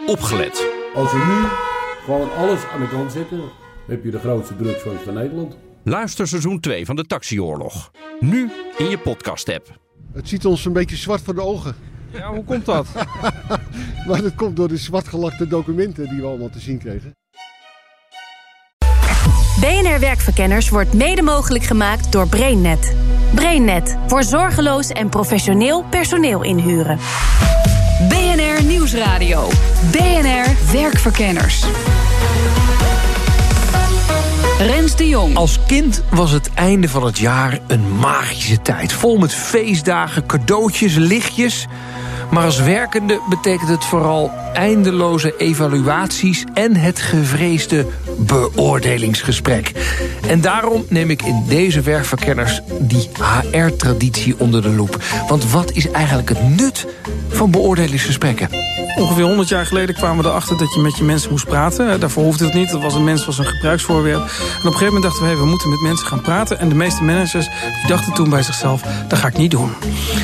opgelet. Als we nu gewoon alles aan de kant zetten, heb je de grootste drugsfans van Nederland. Luister seizoen 2 van de Taxioorlog. Nu in je podcast-app. Het ziet ons een beetje zwart voor de ogen. Ja, hoe komt dat? Maar dat komt door de zwartgelakte documenten die we allemaal te zien kregen. BNR Werkverkenners wordt mede mogelijk gemaakt door BrainNet. BrainNet, voor zorgeloos en professioneel personeel inhuren. BNR Nieuwsradio. BNR Werkverkenners. Rens de Jong. Als kind was het einde van het jaar een magische tijd. Vol met feestdagen, cadeautjes, lichtjes. Maar als werkende betekent het vooral eindeloze evaluaties en het gevreesde beoordelingsgesprek. En daarom neem ik in deze Werkverkenners die HR-traditie onder de loep. Want wat is eigenlijk het nut van beoordelingsgesprekken? Ongeveer 100 jaar geleden kwamen we erachter dat je met je mensen moest praten. Daarvoor hoefde het niet. Een mens was een gebruiksvoorwerp. En op een gegeven moment dachten we, we moeten met mensen gaan praten. En de meeste managers die dachten toen bij zichzelf, dat ga ik niet doen.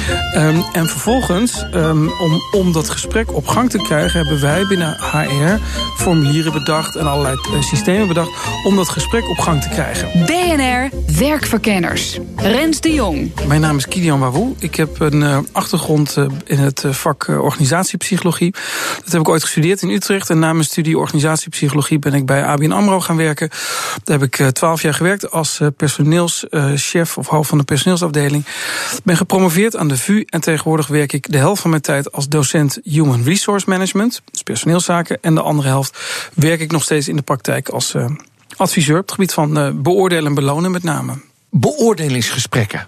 En vervolgens, om dat gesprek op gang te krijgen, hebben wij binnen HR formulieren bedacht en allerlei systemen bedacht om dat gesprek op gang te krijgen. BNR Werkverkenners. Rens de Jong. Mijn naam is Kilian Wawoe. Ik heb een achtergrond in het vak organisatiepsychologie. Dat heb ik ooit gestudeerd in Utrecht. En na mijn studie organisatiepsychologie ben ik bij ABN AMRO gaan werken. Daar heb ik 12 jaar gewerkt als personeelschef of hoofd van de personeelsafdeling. Ben gepromoveerd aan de VU en tegenwoordig werk ik de helft van mijn tijd als docent Human Resource Management, dus personeelszaken. En de andere helft werk ik nog steeds in de praktijk als adviseur op het gebied van beoordelen en belonen met name. Beoordelingsgesprekken.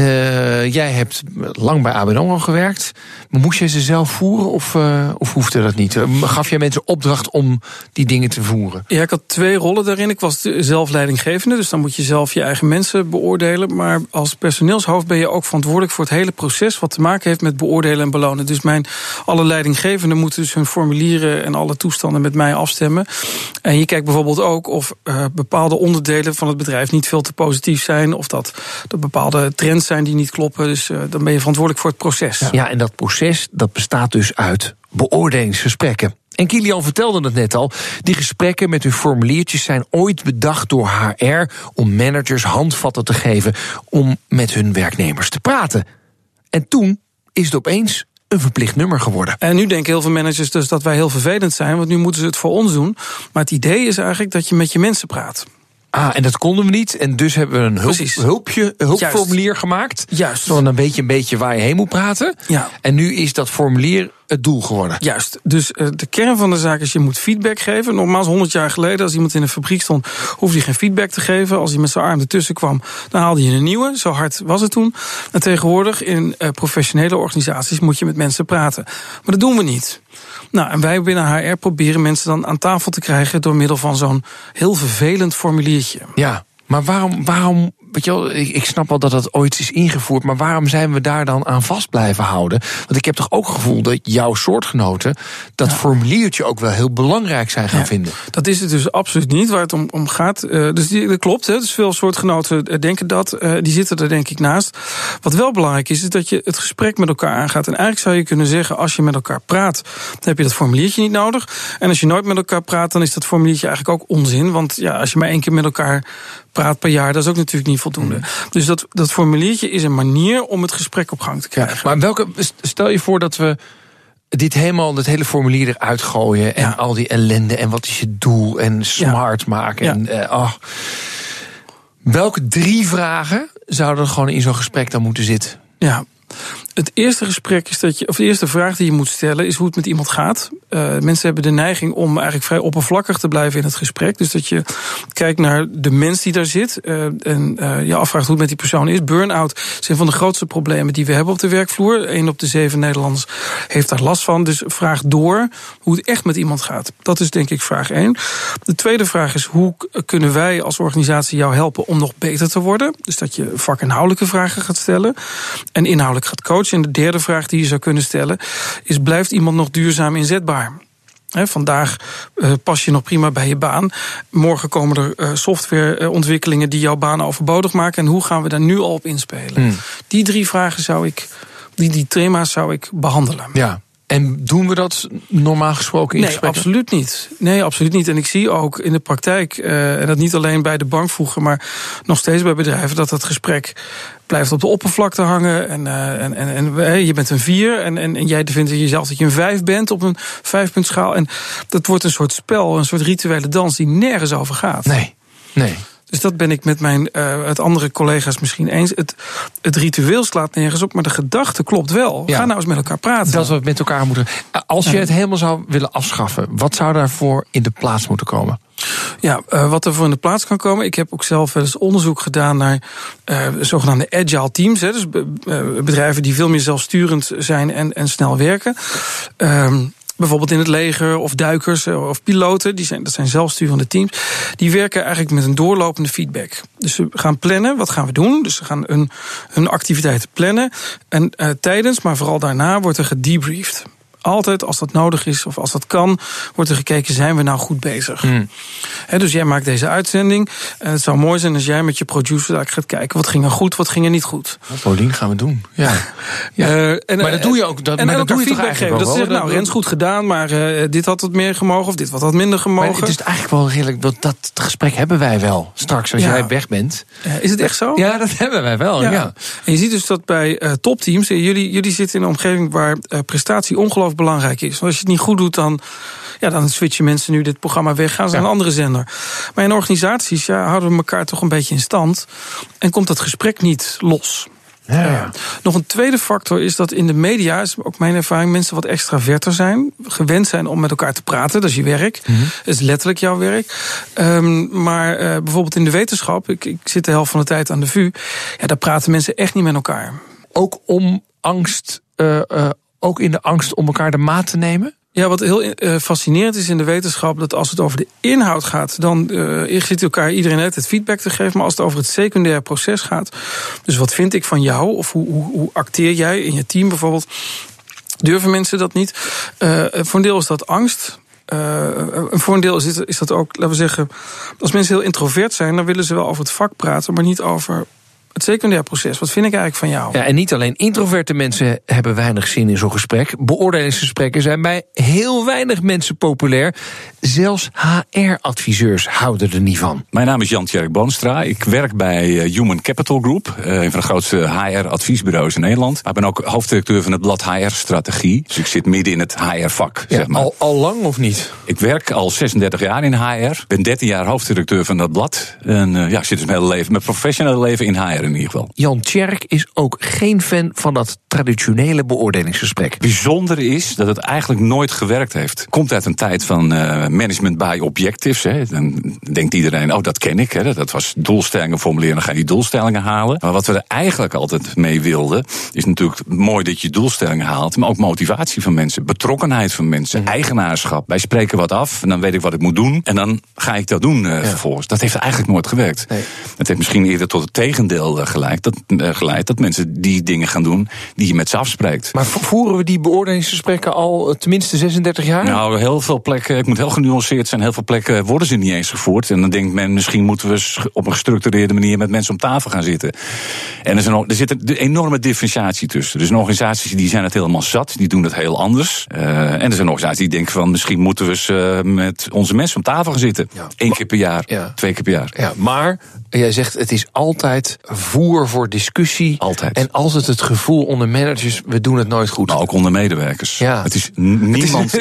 Jij hebt lang bij ABN AMRO gewerkt. Moest je ze zelf voeren of hoefde dat niet? Gaf jij mensen opdracht om die dingen te voeren? Ja, ik had 2 rollen daarin. Ik was zelf leidinggevende, dus dan moet je zelf je eigen mensen beoordelen. Maar als personeelshoofd ben je ook verantwoordelijk voor het hele proces wat te maken heeft met beoordelen en belonen. Dus alle leidinggevenden moeten dus hun formulieren en alle toestanden met mij afstemmen. En je kijkt bijvoorbeeld ook of bepaalde onderdelen van het bedrijf niet veel te positief zijn, of dat er bepaalde trends zijn die niet kloppen. Dus dan ben je verantwoordelijk voor het proces. Ja, en dat proces dat bestaat dus uit beoordelingsgesprekken. En Kilian vertelde het net al, die gesprekken met hun formuliertjes zijn ooit bedacht door HR om managers handvatten te geven om met hun werknemers te praten. En toen is het opeens een verplicht nummer geworden. En nu denken heel veel managers dus dat wij heel vervelend zijn, want nu moeten ze het voor ons doen. Maar het idee is eigenlijk dat je met je mensen praat. En dat konden we niet. En dus hebben we een hulpformulier gemaakt. Juist. Zo dan weet je een beetje waar je heen moet praten. Ja. En nu is dat formulier het doel geworden. Juist. Dus de kern van de zaak is, je moet feedback geven. Nogmaals, 100 jaar geleden, als iemand in een fabriek stond, hoefde hij geen feedback te geven. Als hij met zijn arm ertussen kwam, dan haalde je een nieuwe. Zo hard was het toen. En tegenwoordig in professionele organisaties moet je met mensen praten. Maar dat doen we niet. Nou, en wij binnen HR proberen mensen dan aan tafel te krijgen door middel van zo'n heel vervelend formuliertje. Ja, maar waarom weet je wel, ik snap wel dat dat ooit is ingevoerd, maar waarom zijn we daar dan aan vast blijven houden? Want ik heb toch ook het gevoel dat jouw soortgenoten dat formuliertje ook wel heel belangrijk zijn gaan vinden. Dat is het dus absoluut niet waar het om gaat. Dus dat klopt, hè. Dus veel soortgenoten denken dat. Die zitten er denk ik naast. Wat wel belangrijk is dat je het gesprek met elkaar aangaat. En eigenlijk zou je kunnen zeggen, als je met elkaar praat, dan heb je dat formuliertje niet nodig. En als je nooit met elkaar praat, dan is dat formuliertje eigenlijk ook onzin. Want ja, als je maar 1 keer met elkaar praat per jaar, dat is ook natuurlijk niet voldoende. Dus dat formuliertje is een manier om het gesprek op gang te krijgen. Ja, maar stel je voor dat we dat hele formulier eruit gooien en al die ellende en wat is je doel en smart maken. Ja. En, welke 3 vragen zouden er gewoon in zo'n gesprek dan moeten zitten? Ja. Het eerste gesprek is de eerste vraag die je moet stellen is hoe het met iemand gaat. Mensen hebben de neiging om eigenlijk vrij oppervlakkig te blijven in het gesprek. Dus dat je kijkt naar de mens die daar zit en je afvraagt hoe het met die persoon is. Burn-out is een van de grootste problemen die we hebben op de werkvloer. 1 op de 7 Nederlanders heeft daar last van. Dus vraag door hoe het echt met iemand gaat. Dat is denk ik vraag 1. De tweede vraag is, hoe kunnen wij als organisatie jou helpen om nog beter te worden? Dus dat je vakinhoudelijke vragen gaat stellen en inhoudelijk gaat coachen. En de derde vraag die je zou kunnen stellen is, blijft iemand nog duurzaam inzetbaar? Vandaag pas je nog prima bij je baan. Morgen komen er softwareontwikkelingen die jouw baan overbodig maken. En hoe gaan we daar nu al op inspelen? Die 3 vragen die thema's zou ik behandelen. Ja. En doen we dat normaal gesproken in gesprekken? Nee, absoluut niet. En ik zie ook in de praktijk, en dat niet alleen bij de bank vroeger, maar nog steeds bij bedrijven, dat het gesprek blijft op de oppervlakte hangen. En je bent een 4 en jij vindt jezelf dat je een 5 bent op een 5-puntschaal. En dat wordt een soort spel, een soort rituele dans die nergens over gaat. Nee. Dus dat ben ik met het andere collega's misschien eens. Het ritueel slaat nergens op, maar de gedachte klopt wel. Ja. Ga nou eens met elkaar praten. Dat we met elkaar moeten. Als je het helemaal zou willen afschaffen, wat zou daarvoor in de plaats moeten komen? Ja, wat er voor in de plaats kan komen. Ik heb ook zelf wel eens onderzoek gedaan naar zogenaamde agile teams. Dus bedrijven die veel meer zelfsturend zijn en snel werken. Bijvoorbeeld in het leger of duikers of piloten, dat zijn zelfsturende teams. Die werken eigenlijk met een doorlopende feedback. Dus ze gaan plannen, wat gaan we doen? Dus ze gaan hun activiteiten plannen. En tijdens, maar vooral daarna, wordt er gedebriefd. Altijd als dat nodig is of als dat kan, wordt er gekeken, zijn we nou goed bezig? Dus jij maakt deze uitzending. Het zou mooi zijn als jij met je producer gaat kijken, wat ging er goed, wat ging er niet goed? Paulien, gaan we doen. Ja. Maar dat doe je ook. En dat doe je toch eigenlijk geven. Dat ze zeggen, Rens, goed gedaan, maar dit had wat meer gemogen of dit wat had minder gemogen. Maar het is eigenlijk wel redelijk, dat gesprek hebben wij wel straks als jij weg bent. Is het echt zo? Ja, dat hebben wij wel. Ja. En je ziet dus dat bij topteams, jullie zitten in een omgeving waar prestatie ongelooflijk belangrijk is. Want als je het niet goed doet, dan switchen mensen nu dit programma weg, gaan ze naar een andere zender. Maar in organisaties houden we elkaar toch een beetje in stand en komt dat gesprek niet los. Ja. Nog een tweede factor is dat in de media, is ook mijn ervaring, mensen wat extraverter zijn, gewend zijn om met elkaar te praten. Dat is je werk. Dat is letterlijk jouw werk. Maar bijvoorbeeld in de wetenschap, ik zit de helft van de tijd aan de VU, daar praten mensen echt niet met elkaar. Ook om angst, ook in de angst om elkaar de maat te nemen? Ja, wat heel fascinerend is in de wetenschap, dat als het over de inhoud gaat, dan zit elkaar iedereen het feedback te geven. Maar als het over het secundaire proces gaat, dus wat vind ik van jou, of hoe acteer jij in je team bijvoorbeeld, durven mensen dat niet. Voor een deel is dat angst. Voor een deel is dat ook, laten we zeggen, als mensen heel introvert zijn, dan willen ze wel over het vak praten, maar niet over het secundair proces. Wat vind ik eigenlijk van jou? Ja, en niet alleen introverte mensen hebben weinig zin in zo'n gesprek. Beoordelingsgesprekken zijn bij heel weinig mensen populair. Zelfs HR-adviseurs houden er niet van. Mijn naam is Jan-Tjerk Boonstra. Ik werk bij Human Capital Group, een van de grootste HR-adviesbureaus in Nederland. Maar ik ben ook hoofddirecteur van het blad HR-strategie. Dus ik zit midden in het HR-vak. Ja, zeg maar. Al lang of niet? Ik werk al 36 jaar in HR. Ben 13 jaar hoofddirecteur van dat blad. En ik zit dus mijn professionele leven in HR in ieder geval. Jan Tjerk is ook geen fan van dat traditionele beoordelingsgesprek. Bijzonder is dat het eigenlijk nooit gewerkt heeft. Komt uit een tijd van management by objectives. Dan denkt iedereen, dat ken ik. Dat was doelstellingen formuleren, dan ga je die doelstellingen halen. Maar wat we er eigenlijk altijd mee wilden, is natuurlijk mooi dat je doelstellingen haalt, maar ook motivatie van mensen, betrokkenheid van mensen, eigenaarschap. Wij spreken wat af en dan weet ik wat ik moet doen en dan ga ik dat doen vervolgens. Dat heeft eigenlijk nooit gewerkt. Nee. Het heeft misschien eerder tot het tegendeel geleid dat mensen die dingen gaan doen die je met ze afspreekt. Maar voeren we die beoordelingsgesprekken al tenminste 36 jaar? Nou, heel veel plekken, ik moet heel genuanceerd zijn, heel veel plekken worden ze niet eens gevoerd. En dan denkt men, misschien moeten we op een gestructureerde manier met mensen om tafel gaan zitten. En er zit een enorme differentiatie tussen. Dus organisaties die zijn het helemaal zat, die doen het heel anders. En er zijn organisaties die denken van, misschien moeten we eens met onze mensen om tafel gaan zitten. Ja. 1 keer per jaar, 2 keer per jaar. Ja, maar jij zegt, het is altijd voer voor discussie. Altijd. En altijd het gevoel onder managers, we doen het nooit goed. Maar ook onder medewerkers. Ja. Het is niemand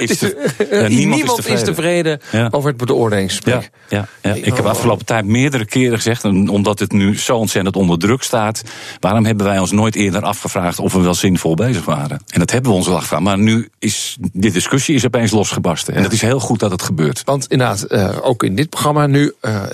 is tevreden over het beoordelingsgesprek. Ja. Ik heb afgelopen tijd meerdere keren gezegd, omdat het nu zo ontzettend onder druk staat, waarom hebben wij ons nooit eerder afgevraagd of we wel zinvol bezig waren? En dat hebben we ons wel afgevraagd. Maar nu is die discussie opeens losgebarsten. En dat is heel goed dat het gebeurt. Want inderdaad, ook in dit programma nu,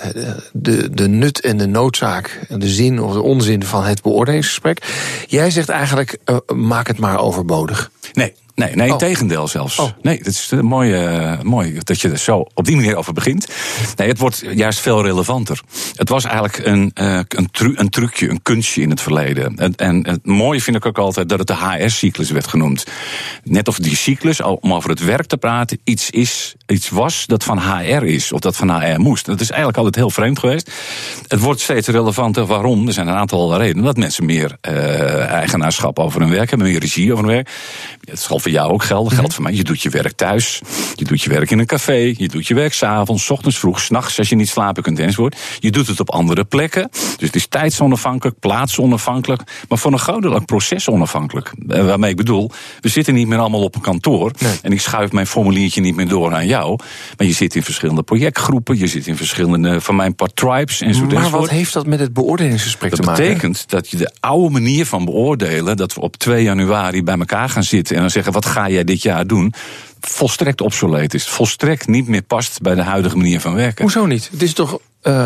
de nut en de noodzaak, de zin of de onzin van het beoordelingsgesprek. Jij zegt eigenlijk, maak het maar overbodig. Nee, tegendeel zelfs. Nee, het is mooi dat je er zo op die manier over begint. Nee, het wordt juist veel relevanter. Het was eigenlijk een trucje, een kunstje in het verleden. En het mooie vind ik ook altijd dat het de HR-cyclus werd genoemd. Net of die cyclus, om over het werk te praten, iets was dat van HR is, of dat van HR moest. Dat is eigenlijk altijd heel vreemd geweest. Het wordt steeds relevanter. Waarom? Er zijn een aantal redenen. Dat mensen meer eigenaarschap over hun werk hebben, meer regie over hun werk. Het zal voor jou ook gelden, geldt voor mij. Je doet je werk thuis, je doet je werk in een café, je doet je werk 's avonds, 's ochtends vroeg, 's nachts als je niet slapen kunt enzovoort. Je doet het op andere plekken. Dus het is tijdsonafhankelijk, plaatsonafhankelijk, maar voor een groot deel ook procesonafhankelijk. Waarmee ik bedoel, we zitten niet meer allemaal op een kantoor. Nee. En ik schuif mijn formuliertje niet meer door aan jou. Maar je zit in verschillende projectgroepen, je zit in verschillende, van mijn part tribes enzovoort. Maar wat heeft dat met het beoordelingsgesprek te maken? Dat betekent dat je de oude manier van beoordelen, dat we op 2 januari bij elkaar gaan zitten en dan zeggen, wat ga jij dit jaar doen? Volstrekt obsoleet is. Volstrekt niet meer past bij de huidige manier van werken. Hoezo niet? Het is toch...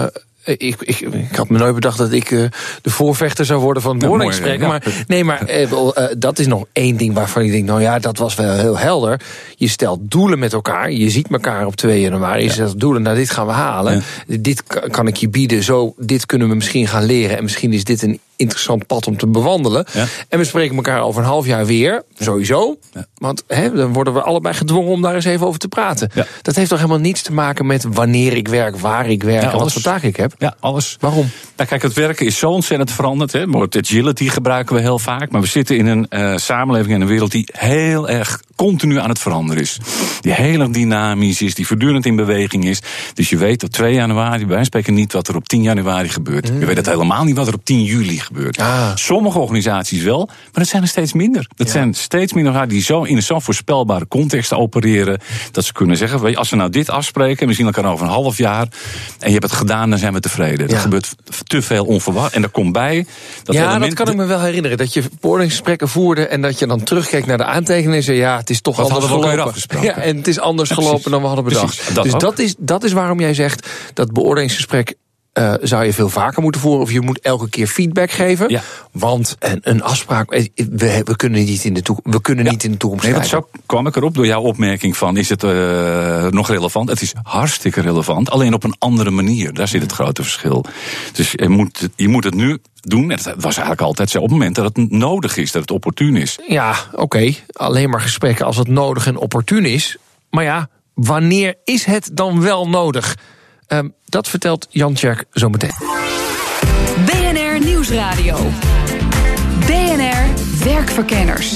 Ik had me nooit bedacht dat ik de voorvechter zou worden van het beoordelingsgesprek. Ja. Maar dat is nog één ding waarvan ik denk, nou ja, dat was wel heel helder. Je stelt doelen met elkaar. Je ziet elkaar op 2 januari. Je stelt doelen, nou dit gaan we halen. Ja. Dit kan ik je bieden. Zo, dit kunnen we misschien gaan leren. En misschien is dit een interessant pad om te bewandelen. Ja. En we spreken elkaar over een half jaar weer. Sowieso. Ja. Want dan worden we allebei gedwongen om daar eens even over te praten. Ja. Dat heeft toch helemaal niets te maken met wanneer ik werk, waar ik werk en wat voor taak ik heb? Ja, alles. Waarom? Nou, kijk, het werken is zo ontzettend veranderd. Het woord agility gebruiken we heel vaak. Maar we zitten in een samenleving en een wereld die heel erg continu aan het veranderen is. Die heel erg dynamisch is, die voortdurend in beweging is. Dus je weet op 2 januari, wij spreken niet wat er op 10 januari gebeurt. Je weet het helemaal niet wat er op 10 juli gebeurt. Sommige organisaties wel, maar dat zijn er steeds minder. Dat zijn steeds minder die zo in zo'n voorspelbare context opereren, dat ze kunnen zeggen, weet je, als we nou dit afspreken, we zien elkaar over een half jaar, en je hebt het gedaan, dan zijn we tevreden. Er gebeurt te veel onverwacht. En daar komt bij dat element... dat kan ik me wel herinneren. Dat je beoordelingsgesprekken voerde en dat je dan terugkeek naar de aantekeningen en zei, ja, het is toch wat anders gelopen. Ja, en het is anders gelopen dan we hadden bedacht. Precies, dat is waarom jij zegt dat beoordelingsgesprek zou je veel vaker moeten voeren, of je moet elke keer feedback geven. Ja. Want een afspraak, we kunnen niet in de toekomst schrijven. Zo kwam ik erop door jouw opmerking van, is het nog relevant? Het is hartstikke relevant, alleen op een andere manier. Daar zit het grote verschil. Dus je moet het nu doen, en dat was eigenlijk altijd zo, op het moment dat het nodig is, dat het opportun is. Ja, oké. Alleen maar gesprekken als het nodig en opportun is. Maar ja, wanneer is het dan wel nodig? Dat vertelt Jan Tjerk zo meteen. BNR Nieuwsradio. BNR Werkverkenners.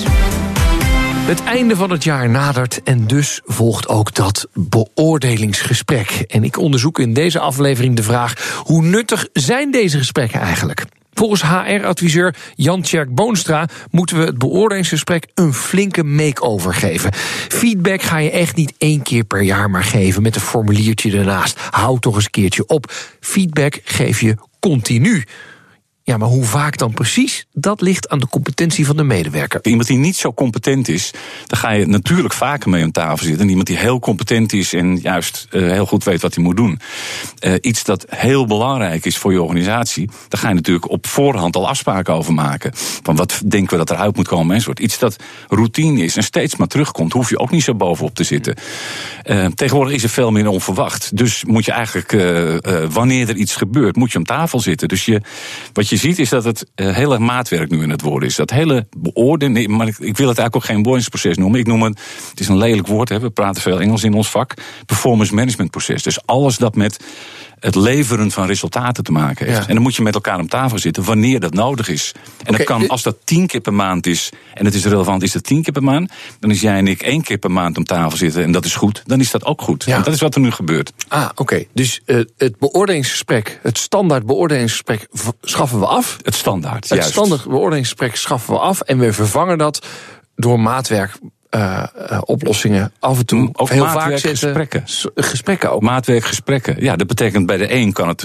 Het einde van het jaar nadert en dus volgt ook dat beoordelingsgesprek. En ik onderzoek in deze aflevering de vraag, hoe nuttig zijn deze gesprekken eigenlijk? Volgens HR-adviseur Jan Tjerk Boonstra moeten we het beoordelingsgesprek een flinke make-over geven. Feedback ga je echt niet 1 keer per jaar maar geven met een formuliertje ernaast. Hou toch eens een keertje op. Feedback geef je continu. Ja, maar hoe vaak dan precies? Dat ligt aan de competentie van de medewerker. Iemand die niet zo competent is, daar ga je natuurlijk vaker mee aan tafel zitten. En iemand die heel competent is en juist heel goed weet wat hij moet doen. Iets dat heel belangrijk is voor je organisatie, daar ga je natuurlijk op voorhand al afspraken over maken. Van wat denken we dat eruit moet komen enzovoort. Iets dat routine is en steeds maar terugkomt, hoef je ook niet zo bovenop te zitten. Tegenwoordig is er veel meer onverwacht. Dus moet je eigenlijk, wanneer er iets gebeurt, moet je om tafel zitten. Dus wat je ziet is dat het heel erg maatwerk nu in het worden is. Dat hele beoordelen, maar ik wil het eigenlijk ook geen beoordelingsproces noemen. Ik noem het is een lelijk woord, we praten veel Engels in ons vak, performance management proces. Dus alles dat met het leveren van resultaten te maken heeft. Ja. En dan moet je met elkaar om tafel zitten wanneer dat nodig is. En dat kan, als dat 10 keer per maand is, en het is relevant, is dat 10 keer per maand, dan is jij en ik 1 keer per maand om tafel zitten, en dat is goed, dan is dat ook goed. Ja. En dat is wat er nu gebeurt. Oké. Dus het beoordelingsgesprek, het standaard beoordelingsgesprek schaffen we af. Het standaard, juist. Het standaard beoordelingsgesprek schaffen we af en we vervangen dat door maatwerk. Oplossingen af en toe ook heel vaak zetten. Gesprekken ook. Maatwerkgesprekken. Ja, dat betekent bij de een kan het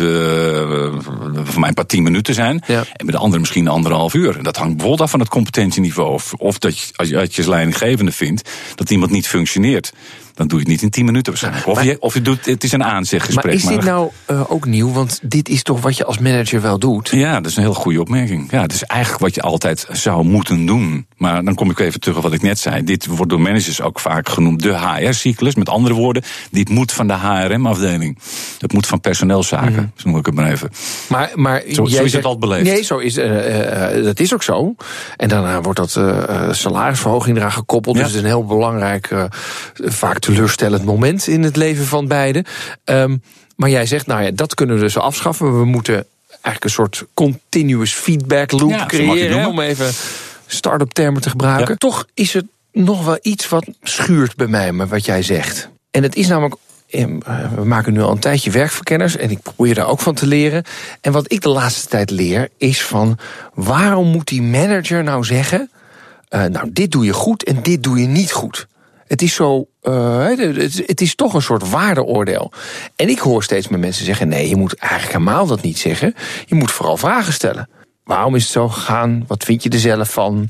voor mij een paar 10 minuten zijn. Ja. En bij de ander misschien 1,5 uur. En dat hangt bijvoorbeeld af van het competentieniveau. Of dat je, als je als leidinggevende vindt dat iemand niet functioneert, dan doe je het niet in 10 minuten waarschijnlijk. Of je doet, het is een aanzeggesprek. Maar is dit nou ook nieuw? Want dit is toch wat je als manager wel doet? Ja, dat is een heel goede opmerking. Ja, het is eigenlijk wat je altijd zou moeten doen. Maar dan kom ik even terug op wat ik net zei. Dit wordt door managers ook vaak genoemd de HR-cyclus. Met andere woorden, dit moet van de HRM-afdeling. Dat moet van personeelszaken, zo noem ik het maar even. Maar zo is het altijd beleefd. Nee, zo is, dat is ook zo. En daarna wordt dat salarisverhoging eraan gekoppeld. Ja. Dus het is een heel belangrijk, vaak teleurstellend moment in het leven van beiden. Maar jij zegt, nou ja, dat kunnen we dus afschaffen. We moeten eigenlijk een soort continuous feedback loop creëren. Om even start-up termen te gebruiken. Ja. Toch is het nog wel iets wat schuurt bij mij, maar wat jij zegt. En het is namelijk, we maken nu al een tijdje werkverkenners en ik probeer daar ook van te leren. En wat ik de laatste tijd leer is van, waarom moet die manager nou zeggen, nou, dit doe je goed en dit doe je niet goed? Het is zo, het is toch een soort waardeoordeel. En ik hoor steeds meer mensen zeggen, nee, je moet eigenlijk helemaal dat niet zeggen. Je moet vooral vragen stellen. Waarom is het zo gegaan? Wat vind je er zelf van?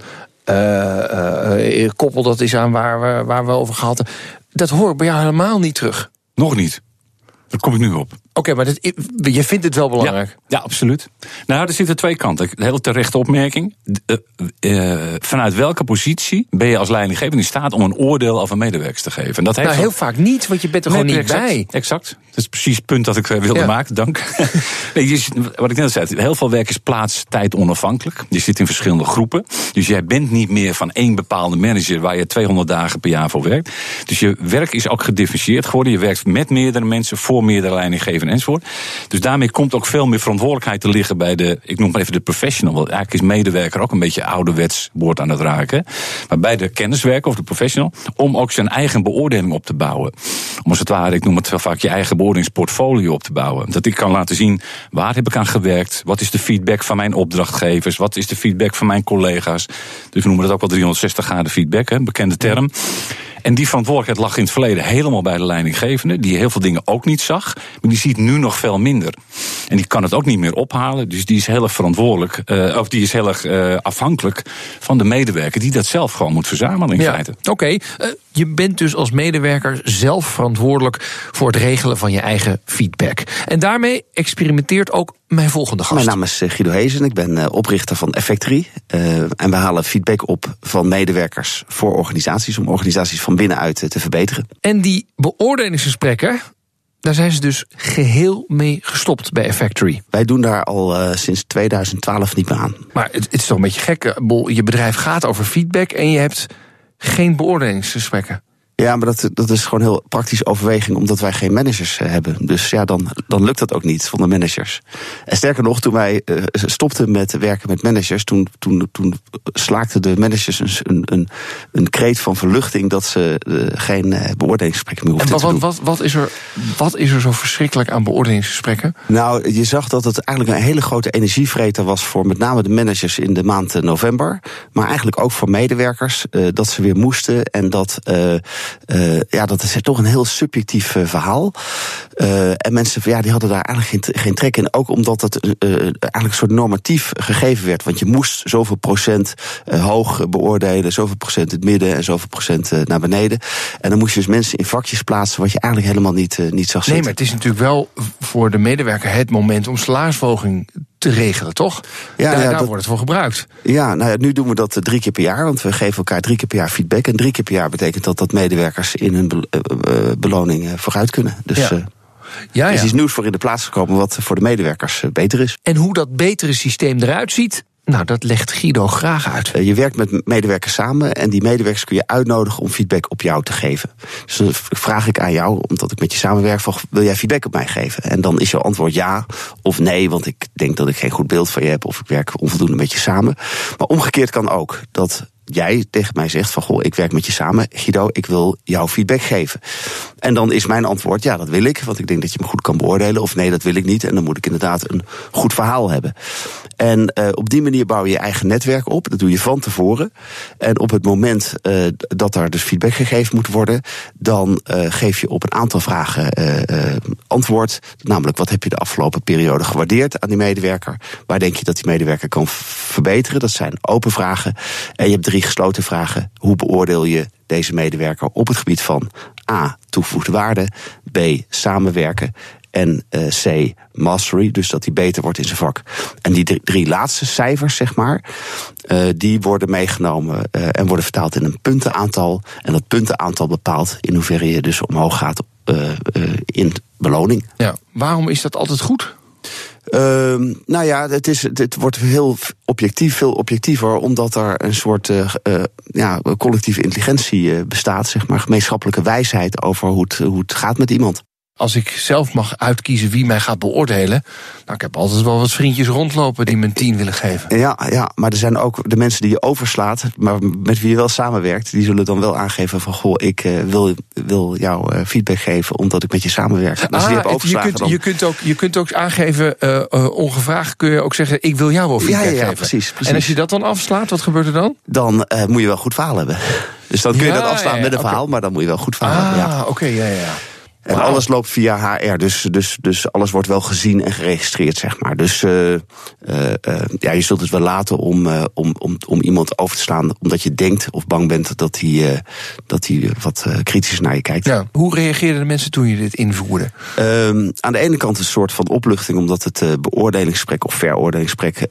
Koppel dat eens aan waar we over gehad hebben. Dat hoor ik bij jou helemaal niet terug. Nog niet. Daar kom ik nu op. Oké, maar je vindt het wel belangrijk? Ja, absoluut. Nou, er zitten twee kanten. Een hele terechte opmerking. Vanuit welke positie ben je als leidinggevende in staat om een oordeel over medewerkers te geven? En dat heeft heel vaak niet, want je bent er gewoon niet bij. Exact. Dat is precies het punt dat ik wilde maken. Dank. Wat ik net zei, heel veel werk is plaats-tijd onafhankelijk. Je zit in verschillende groepen. Dus jij bent niet meer van één bepaalde manager waar je 200 dagen per jaar voor werkt. Dus je werk is ook gedifferentieerd geworden. Je werkt met meerdere mensen, voor meerdere leidinggevenden enzovoort. Dus daarmee komt ook veel meer verantwoordelijkheid te liggen bij de, ik noem maar even de professional. Want eigenlijk is medewerker ook een beetje ouderwets woord aan het raken. Maar bij de kenniswerker of de professional, om ook zijn eigen beoordeling op te bouwen. Om als het ware, ik noem het wel vaak, je eigen beoordelingsportfolio op te bouwen. Dat ik kan laten zien, waar heb ik aan gewerkt? Wat is de feedback van mijn opdrachtgevers? Wat is de feedback van mijn collega's? Dus we noemen dat ook wel 360 graden feedback, een bekende term. En die verantwoordelijkheid lag in het verleden helemaal bij de leidinggevende, die heel veel dingen ook niet zag, maar die ziet nu nog veel minder. En die kan het ook niet meer ophalen, dus die is heel erg verantwoordelijk, of die is heel erg afhankelijk van de medewerker, die dat zelf gewoon moet verzamelen in feite. Oké. Je bent dus als medewerker zelf verantwoordelijk voor het regelen van je eigen feedback. En daarmee experimenteert ook mijn volgende gast. Mijn naam is Guido Hees en ik ben oprichter van Effectory. En we halen feedback op van medewerkers voor organisaties, om organisaties van binnenuit te verbeteren. En die beoordelingsgesprekken, daar zijn ze dus geheel mee gestopt bij Effectory. Wij doen daar al sinds 2012 niet meer aan. Maar het is toch een beetje gek. Je bedrijf gaat over feedback en je hebt geen beoordelingsgesprekken. Ja, maar dat is gewoon heel praktische overweging, omdat wij geen managers hebben. Dus ja, dan lukt dat ook niet zonder managers. En sterker nog, toen wij stopten met werken met managers, toen slaakten de managers een kreet van verluchting dat ze geen beoordelingsgesprekken meer hoefden te doen. Wat is er zo verschrikkelijk aan beoordelingsgesprekken? Nou, je zag dat het eigenlijk een hele grote energievreter was voor met name de managers in de maand november. Maar eigenlijk ook voor medewerkers, dat ze weer moesten en dat is toch een heel subjectief verhaal. En mensen die hadden daar eigenlijk geen trek in. Ook omdat het eigenlijk een soort normatief gegeven werd. Want je moest zoveel procent hoog beoordelen, zoveel procent in het midden en zoveel procent naar beneden. En dan moest je dus mensen in vakjes plaatsen wat je eigenlijk helemaal niet zag zitten. Nee, maar het is natuurlijk wel voor de medewerker het moment om salarisverhoging te regelen, toch? Daar wordt het voor gebruikt. Ja, nu doen we dat 3 keer per jaar, want we geven elkaar 3 keer per jaar feedback. En 3 keer per jaar betekent dat medewerkers in hun beloning vooruit kunnen. Dus er is iets nieuws voor in de plaats gekomen wat voor de medewerkers beter is. En hoe dat betere systeem eruit ziet, nou, dat legt Guido graag uit. Je werkt met medewerkers samen en die medewerkers kun je uitnodigen om feedback op jou te geven. Dus dan vraag ik aan jou, omdat ik met je samenwerk, wil jij feedback op mij geven? En dan is jouw antwoord ja of nee, want ik denk dat ik geen goed beeld van je heb of ik werk onvoldoende met je samen. Maar omgekeerd kan ook dat jij tegen mij zegt van, goh, ik werk met je samen, Guido, ik wil jou feedback geven. En dan is mijn antwoord, ja, dat wil ik, want ik denk dat je me goed kan beoordelen. Of nee, dat wil ik niet. En dan moet ik inderdaad een goed verhaal hebben. En op die manier bouw je je eigen netwerk op. Dat doe je van tevoren. En op het moment dat er dus feedback gegeven moet worden, dan geef je op een aantal vragen antwoord. Namelijk, wat heb je de afgelopen periode gewaardeerd aan die medewerker? Waar denk je dat die medewerker kan verbeteren? Dat zijn open vragen. En je hebt 3 gesloten vragen. Hoe beoordeel je deze medewerker op het gebied van A, toegevoegde waarde, B, samenwerken en C, mastery, dus dat hij beter wordt in zijn vak. En die 3 laatste cijfers, zeg maar, die worden meegenomen en worden vertaald in een puntenaantal. En dat puntenaantal bepaalt in hoeverre je dus omhoog gaat in beloning. Ja, waarom is dat altijd goed? Het wordt heel objectief, veel objectiever, omdat er een soort collectieve intelligentie bestaat, zeg maar, gemeenschappelijke wijsheid over hoe het gaat met iemand. Als ik zelf mag uitkiezen wie mij gaat beoordelen, nou, ik heb altijd wel wat vriendjes rondlopen die me een 10 willen geven. Ja, maar er zijn ook de mensen die je overslaat, maar met wie je wel samenwerkt, die zullen dan wel aangeven van, goh, ik wil jou feedback geven omdat ik met je samenwerk. En als je die hebt overslagen, je kunt ook aangeven, ongevraagd kun je ook zeggen, ik wil jou wel feedback geven. Ja, precies. En als je dat dan afslaat, wat gebeurt er dan? Dan moet je wel goed verhaal hebben. Dus dan kun je dat afslaan met een verhaal, maar dan moet je wel goed verhaal hebben. Ja. Oké. En alles loopt via HR, dus alles wordt wel gezien en geregistreerd, zeg maar. Dus je zult het wel laten om iemand over te slaan, omdat je denkt of bang bent dat hij wat kritisch naar je kijkt. Ja. Hoe reageerden de mensen toen je dit invoerde? Aan de ene kant een soort van opluchting, omdat het beoordelingsgesprek of veroordelingsgesprek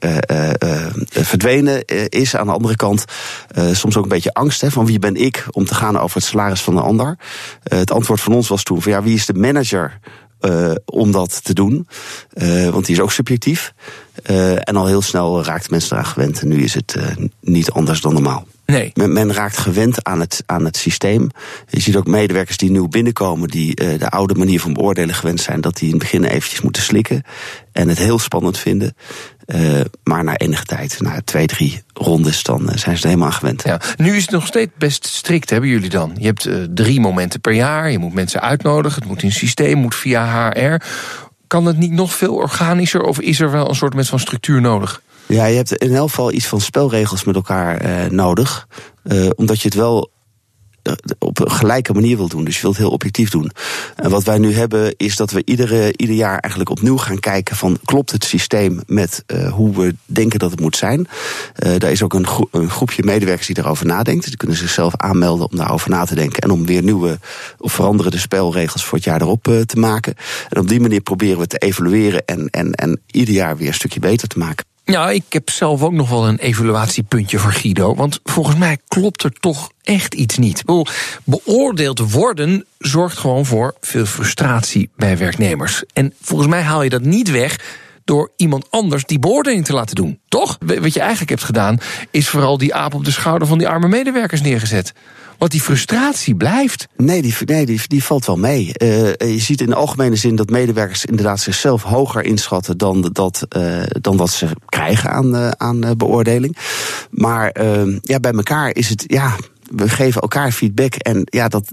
verdwenen is. Aan de andere kant soms ook een beetje angst, van wie ben ik om te gaan over het salaris van een ander. Het antwoord van ons was toen van, wie is de manager om dat te doen? Want die is ook subjectief. En al heel snel raakt mensen eraan gewend. En nu is het niet anders dan normaal. Nee. Men raakt gewend aan het systeem. Je ziet ook medewerkers die nieuw binnenkomen, die de oude manier van beoordelen gewend zijn, dat die in het begin eventjes moeten slikken en het heel spannend vinden. Maar na enige tijd, na 2-3 rondes, dan zijn ze er helemaal aan gewend. Ja. Nu is het nog steeds best strikt, hebben jullie dan? Je hebt 3 momenten per jaar, je moet mensen uitnodigen, het moet in het systeem, moet via HR. Kan het niet nog veel organischer of is er wel een soort van structuur nodig? Ja, je hebt in elk geval iets van spelregels met elkaar nodig. Omdat je het wel op een gelijke manier wil doen. Dus je wilt het heel objectief doen. En wat wij nu hebben is dat we ieder jaar eigenlijk opnieuw gaan kijken van, klopt het systeem met hoe we denken dat het moet zijn. Daar is ook een groepje medewerkers die daarover nadenkt. Die kunnen zichzelf aanmelden om daarover na te denken en om weer nieuwe of veranderende spelregels voor het jaar erop te maken. En op die manier proberen we te evalueren en ieder jaar weer een stukje beter te maken. Ja, ik heb zelf ook nog wel een evaluatiepuntje voor Guido. Want volgens mij klopt er toch echt iets niet. Beoordeeld worden zorgt gewoon voor veel frustratie bij werknemers. En volgens mij haal je dat niet weg door iemand anders die beoordeling te laten doen. Toch? Wat je eigenlijk hebt gedaan, is vooral die aap op de schouder van die arme medewerkers neergezet. Want die frustratie blijft. Nee, die valt wel mee. Je ziet in de algemene zin dat medewerkers inderdaad zichzelf hoger inschatten dan wat ze krijgen aan beoordeling. Maar bij elkaar is het, we geven elkaar feedback en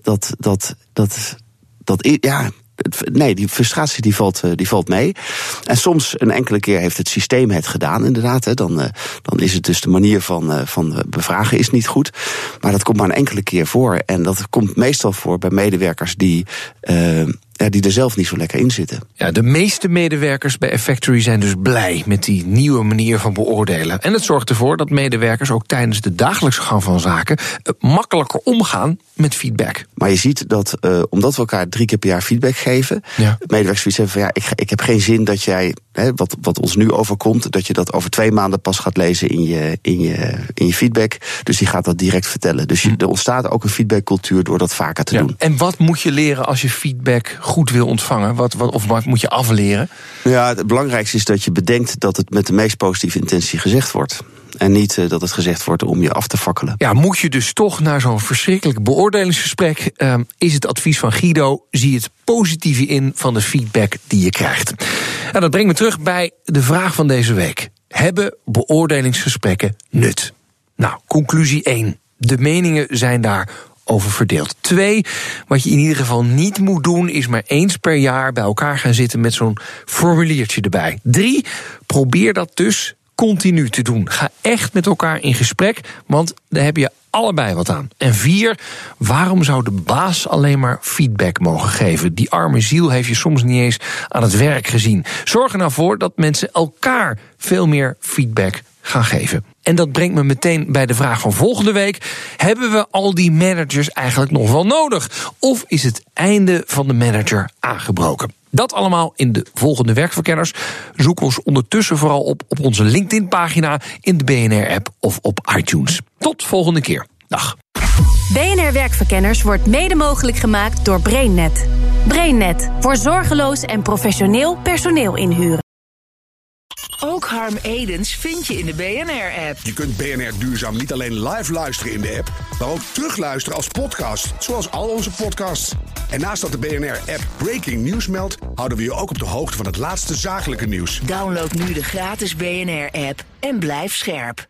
die frustratie die valt mee. En soms, een enkele keer heeft het systeem het gedaan, inderdaad. Dan is het dus de manier van bevragen is niet goed. Maar dat komt maar een enkele keer voor. En dat komt meestal voor bij medewerkers die er zelf niet zo lekker in zitten. Ja, de meeste medewerkers bij Effectory zijn dus blij met die nieuwe manier van beoordelen. En het zorgt ervoor dat medewerkers ook tijdens de dagelijkse gang van zaken makkelijker omgaan met feedback. Maar je ziet dat, omdat we elkaar 3 keer per jaar feedback geven, medewerkers zoiets hebben van, ik heb geen zin dat jij, wat ons nu overkomt, dat je dat over 2 maanden pas gaat lezen in je feedback. Dus die gaat dat direct vertellen. Dus er ontstaat ook een feedbackcultuur door dat vaker te doen. En wat moet je leren als je feedback goed wil ontvangen? Wat moet je afleren? Ja, het belangrijkste is dat je bedenkt dat het met de meest positieve intentie gezegd wordt. En niet dat het gezegd wordt om je af te fakkelen. Ja, moet je dus toch naar zo'n verschrikkelijk beoordelingsgesprek, is het advies van Guido, zie het positieve in van de feedback die je krijgt. En dat brengt me terug bij de vraag van deze week. Hebben beoordelingsgesprekken nut? Nou, conclusie 1. De meningen zijn daar over verdeeld. 2, wat je in ieder geval niet moet doen, is maar eens per jaar bij elkaar gaan zitten met zo'n formuliertje erbij. 3, probeer dat dus continu te doen. Ga echt met elkaar in gesprek, want daar heb je allebei wat aan. En 4, waarom zou de baas alleen maar feedback mogen geven? Die arme ziel heeft je soms niet eens aan het werk gezien. Zorg er nou voor dat mensen elkaar veel meer feedback gaan geven. En dat brengt me meteen bij de vraag van volgende week. Hebben we al die managers eigenlijk nog wel nodig? Of is het einde van de manager aangebroken? Dat allemaal in de volgende Werkverkenners. Zoek ons ondertussen vooral op onze LinkedIn-pagina, in de BNR-app of op iTunes. Tot volgende keer. Dag. BNR Werkverkenners wordt mede mogelijk gemaakt door BrainNet. BrainNet, voor zorgeloos en professioneel personeel inhuren. Ook Harm Edens vind je in de BNR-app. Je kunt BNR Duurzaam niet alleen live luisteren in de app, maar ook terugluisteren als podcast, zoals al onze podcasts. En naast dat de BNR-app Breaking News meldt, houden we je ook op de hoogte van het laatste zakelijke nieuws. Download nu de gratis BNR-app en blijf scherp.